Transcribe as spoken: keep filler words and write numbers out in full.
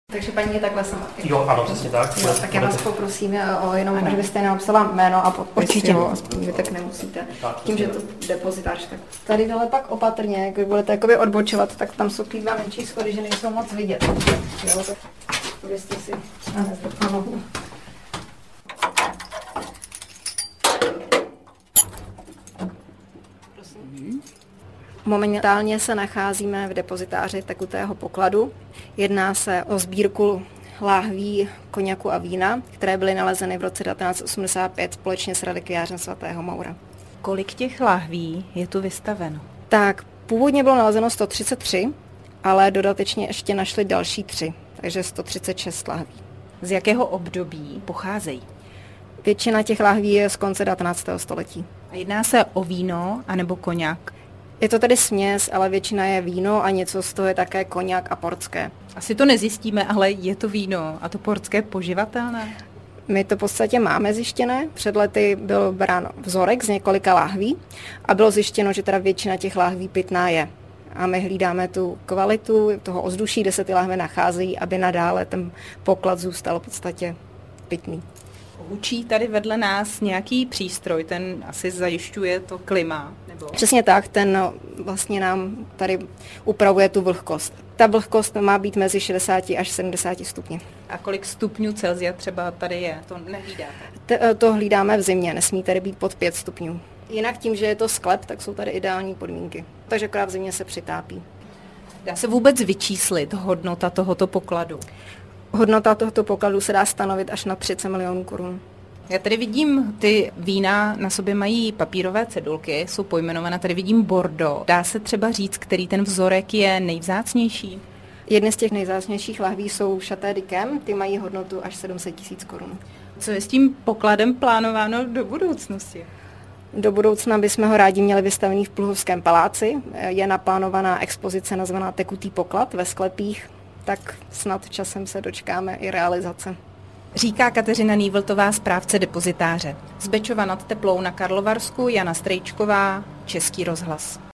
Takže paní je takhle sama. Jo, ano, přesně tak. Jo, tak já vás poprosím o jenom, ano. Že byste napsala jméno a podpis, jo, aspoň vy tak nemusíte. Tak, tím, že to depozitář, tak tady dole pak opatrně, když budete jakoby odbočovat, tak tam jsou ty dva menší schody, že nejsou moc vidět. Jo, tak byste si na nohu. Momentálně se nacházíme v depozitáři tekutého pokladu. Jedná se o sbírku láhví, koněku a vína, které byly nalezeny v roce devatenáct osmdesát pět společně s relikviářem svatého Maura. Kolik těch láhví je tu vystaveno? Tak původně bylo nalezeno sto třicet tři, ale dodatečně ještě našli další tři, takže sto třicet šest láhví. Z jakého období pocházejí? Většina těch láhví je z konce devatenáctého století. A jedná se o víno anebo koněk? Je to tedy směs, ale většina je víno a něco z toho je také koněk a portské. Asi to nezjistíme, ale je to víno a to portské poživatelné? My to v podstatě máme zjištěné. Před lety byl brán vzorek z několika láhví a bylo zjištěno, že teda většina těch láhví pitná je. A my hlídáme tu kvalitu toho ovzduší, kde se ty láhve nacházejí, aby nadále ten poklad zůstal v podstatě pitný. Hučí tady vedle nás nějaký přístroj, ten asi zajišťuje to klima? Nebo? Přesně tak, ten vlastně nám tady upravuje tu vlhkost. Ta vlhkost má být mezi šedesát až sedmdesát stupni. A kolik stupňů Celsia třeba tady je? To nehlídáte? T- to hlídáme v zimě, nesmí tady být pod pět stupňů. Jinak tím, že je to sklep, tak jsou tady ideální podmínky. Takže akorát v zimě se přitápí. Dá se vůbec vyčíslit hodnota tohoto pokladu? Hodnota tohoto pokladu se dá stanovit až na třicet milionů korun. Já tady vidím, ty vína na sobě mají papírové cedulky, jsou pojmenované, tady vidím Bordeaux. Dá se třeba říct, který ten vzorek je nejvzácnější? Jedny z těch nejvzácnějších lahví jsou Château d'Yquem, ty mají hodnotu až sedm set tisíc korun. Co je s tím pokladem plánováno do budoucnosti? Do budoucna bychom ho rádi měli vystavený v Pluhovském paláci. Je naplánovaná expozice nazvaná Tekutý poklad ve sklepích, tak snad časem se dočkáme i realizace. Říká Kateřina Nývltová, správce depozitáře. Z Bečova nad Teplou na Karlovarsku, Jana Strejčková, Český rozhlas.